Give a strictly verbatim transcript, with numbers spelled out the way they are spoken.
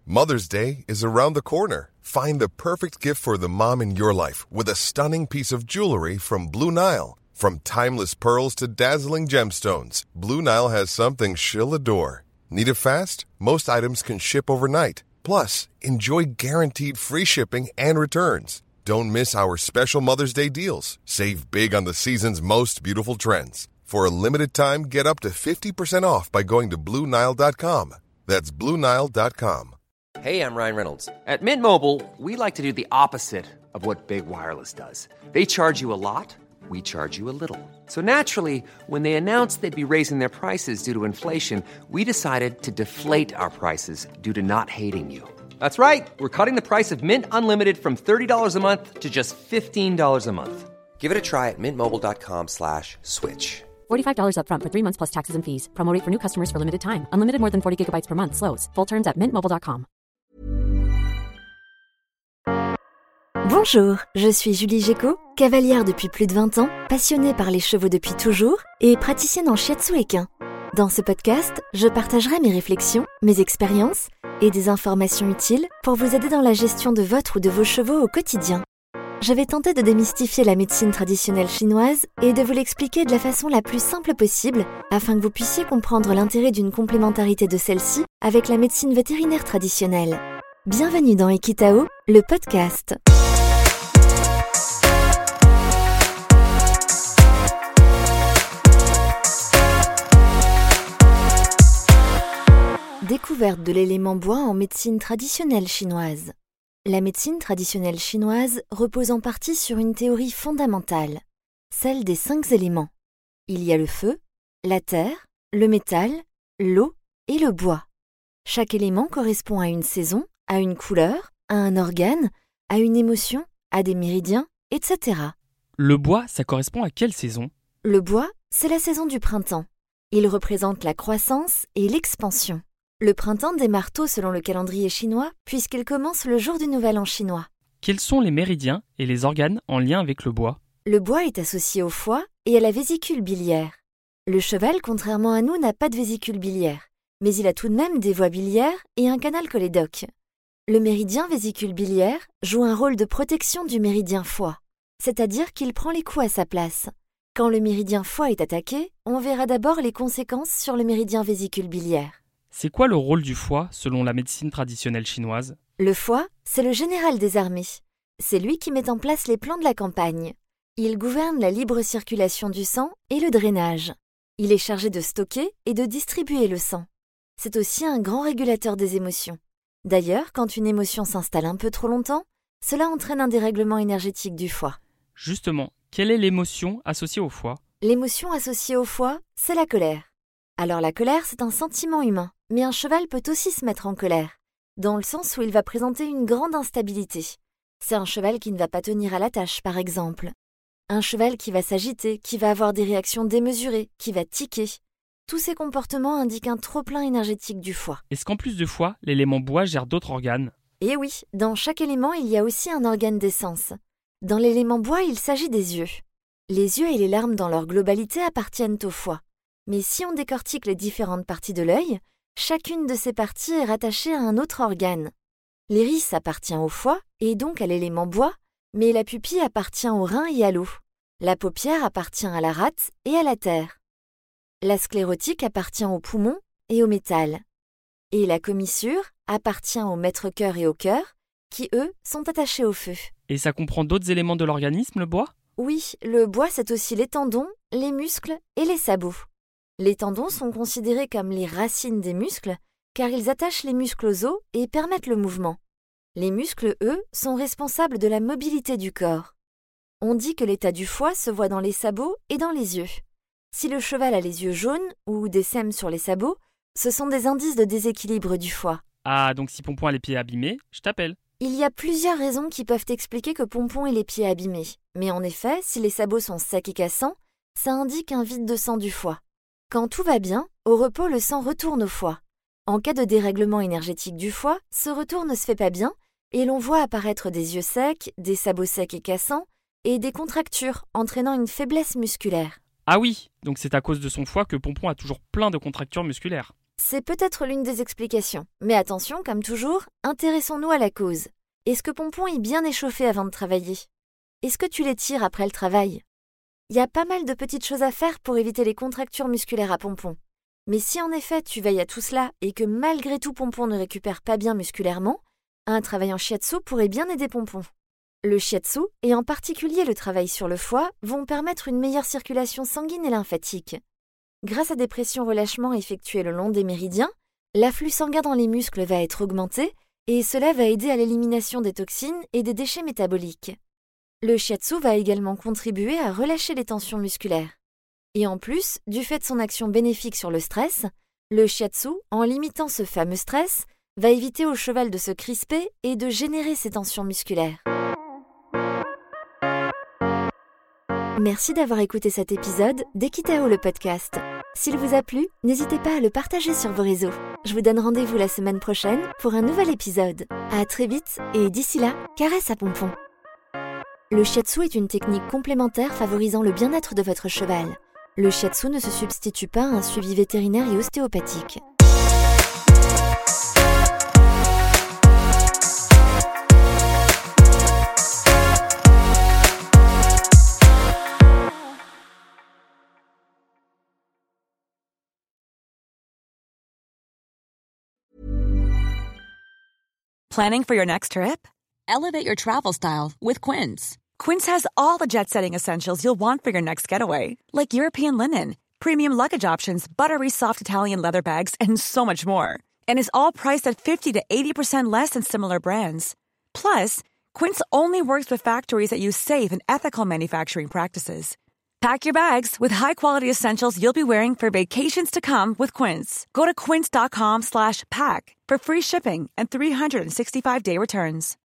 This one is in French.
Mother's Day is around the corner. Find the perfect gift for the mom in your life with a stunning piece of jewelry from Blue Nile. From timeless pearls to dazzling gemstones, Blue Nile has something she'll adore. Need it fast? Most items can ship overnight. Plus, enjoy guaranteed free shipping and returns. Don't miss our special Mother's Day deals. Save big on the season's most beautiful trends. For a limited time, get up to fifty percent off by going to Blue Nile dot com. That's Blue Nile dot com. Hey, I'm Ryan Reynolds. At Mint Mobile, we like to do the opposite of what Big Wireless does. They charge you a lot, we charge you a little. So naturally, when they announced they'd be raising their prices due to inflation, we decided to deflate our prices due to not hating you. That's right. We're cutting the price of Mint Unlimited from thirty dollars a month to just fifteen dollars a month. Give it a try at mintmobile.com slash switch. forty-five dollars up front for three months plus taxes and fees. Promo rate for new customers for limited time. Unlimited more than forty gigabytes per month. Slows full terms at mint mobile dot com. Bonjour, je suis Julie Géco, cavalière depuis plus de vingt ans, passionnée par les chevaux depuis toujours et praticienne en shiatsu équin. Dans ce podcast, je partagerai mes réflexions, mes expériences et des informations utiles pour vous aider dans la gestion de votre ou de vos chevaux au quotidien. Je vais tenter de démystifier la médecine traditionnelle chinoise et de vous l'expliquer de la façon la plus simple possible afin que vous puissiez comprendre l'intérêt d'une complémentarité de celle-ci avec la médecine vétérinaire traditionnelle. Bienvenue dans Equitao, le podcast. Découverte de l'élément bois en médecine traditionnelle chinoise. La médecine traditionnelle chinoise repose en partie sur une théorie fondamentale, celle des cinq éléments. Il y a le feu, la terre, le métal, l'eau et le bois. Chaque élément correspond à une saison, à une couleur, à un organe, à une émotion, à des méridiens, et cetera. Le bois, ça correspond à quelle saison ? Le bois, c'est la saison du printemps. Il représente la croissance et l'expansion. Le printemps démarre tôt selon le calendrier chinois, puisqu'il commence le jour du Nouvel An chinois. Quels sont les méridiens et les organes en lien avec le bois ? Le bois est associé au foie et à la vésicule biliaire. Le cheval, contrairement à nous, n'a pas de vésicule biliaire, mais il a tout de même des voies biliaires et un canal cholédoque. Le méridien vésicule biliaire joue un rôle de protection du méridien foie, c'est-à-dire qu'il prend les coups à sa place. Quand le méridien foie est attaqué, on verra d'abord les conséquences sur le méridien vésicule biliaire. C'est quoi le rôle du foie selon la médecine traditionnelle chinoise ? Le foie, c'est le général des armées. C'est lui qui met en place les plans de la campagne. Il gouverne la libre circulation du sang et le drainage. Il est chargé de stocker et de distribuer le sang. C'est aussi un grand régulateur des émotions. D'ailleurs, quand une émotion s'installe un peu trop longtemps, cela entraîne un dérèglement énergétique du foie. Justement, quelle est l'émotion associée au foie ? L'émotion associée au foie, c'est la colère. Alors la colère, c'est un sentiment humain, mais un cheval peut aussi se mettre en colère, dans le sens où il va présenter une grande instabilité. C'est un cheval qui ne va pas tenir à la tâche, par exemple. Un cheval qui va s'agiter, qui va avoir des réactions démesurées, qui va tiquer. Tous ces comportements indiquent un trop-plein énergétique du foie. Est-ce qu'en plus de foie, l'élément bois gère d'autres organes ? Eh oui, dans chaque élément, il y a aussi un organe d'essence. Dans l'élément bois, il s'agit des yeux. Les yeux et les larmes dans leur globalité appartiennent au foie. Mais si on décortique les différentes parties de l'œil, chacune de ces parties est rattachée à un autre organe. L'iris appartient au foie et donc à l'élément bois, mais la pupille appartient au rein et à l'eau. La paupière appartient à la rate et à la terre. La sclérotique appartient aux poumons et au métal. Et la commissure appartient au maître-cœur et au cœur, qui eux sont attachés au feu. Et ça comprend d'autres éléments de l'organisme, le bois ? Oui, le bois c'est aussi les tendons, les muscles et les sabots. Les tendons sont considérés comme les racines des muscles car ils attachent les muscles aux os et permettent le mouvement. Les muscles, eux, sont responsables de la mobilité du corps. On dit que l'état du foie se voit dans les sabots et dans les yeux. Si le cheval a les yeux jaunes ou des sèmes sur les sabots, ce sont des indices de déséquilibre du foie. Ah, donc si Pompon a les pieds abîmés, je t'appelle. Il y a plusieurs raisons qui peuvent expliquer que Pompon ait les pieds abîmés. Mais en effet, si les sabots sont secs et cassants, ça indique un vide de sang du foie. Quand tout va bien, au repos, le sang retourne au foie. En cas de dérèglement énergétique du foie, ce retour ne se fait pas bien et l'on voit apparaître des yeux secs, des sabots secs et cassants et des contractures entraînant une faiblesse musculaire. Ah oui, donc c'est à cause de son foie que Pompon a toujours plein de contractures musculaires. C'est peut-être l'une des explications, mais attention, comme toujours, intéressons-nous à la cause. Est-ce que Pompon est bien échauffé avant de travailler? Est-ce que tu l'étires après le travail? Il y a pas mal de petites choses à faire pour éviter les contractures musculaires à Pompon. Mais si en effet tu veilles à tout cela et que malgré tout Pompon ne récupère pas bien musculairement, un travail en shiatsu pourrait bien aider Pompon. Le shiatsu, et en particulier le travail sur le foie, vont permettre une meilleure circulation sanguine et lymphatique. Grâce à des pressions-relâchements effectuées le long des méridiens, l'afflux sanguin dans les muscles va être augmenté et cela va aider à l'élimination des toxines et des déchets métaboliques. Le shiatsu va également contribuer à relâcher les tensions musculaires. Et en plus, du fait de son action bénéfique sur le stress, le shiatsu, en limitant ce fameux stress, va éviter au cheval de se crisper et de générer ces tensions musculaires. Merci d'avoir écouté cet épisode d'Equitao le podcast. S'il vous a plu, n'hésitez pas à le partager sur vos réseaux. Je vous donne rendez-vous la semaine prochaine pour un nouvel épisode. À très vite et d'ici là, caresse à Pompon. Le shiatsu est une technique complémentaire favorisant le bien-être de votre cheval. Le shiatsu ne se substitue pas à un suivi vétérinaire et ostéopathique. Planning for your next trip? Elevate your travel style with Quince. Quince has all the jet-setting essentials you'll want for your next getaway, like European linen, premium luggage options, buttery soft Italian leather bags, and so much more. And is all priced at fifty to eighty percent less than similar brands. Plus, Quince only works with factories that use safe and ethical manufacturing practices. Pack your bags with high-quality essentials you'll be wearing for vacations to come with Quince. Go to quince.com slash pack for free shipping and three sixty-five day returns.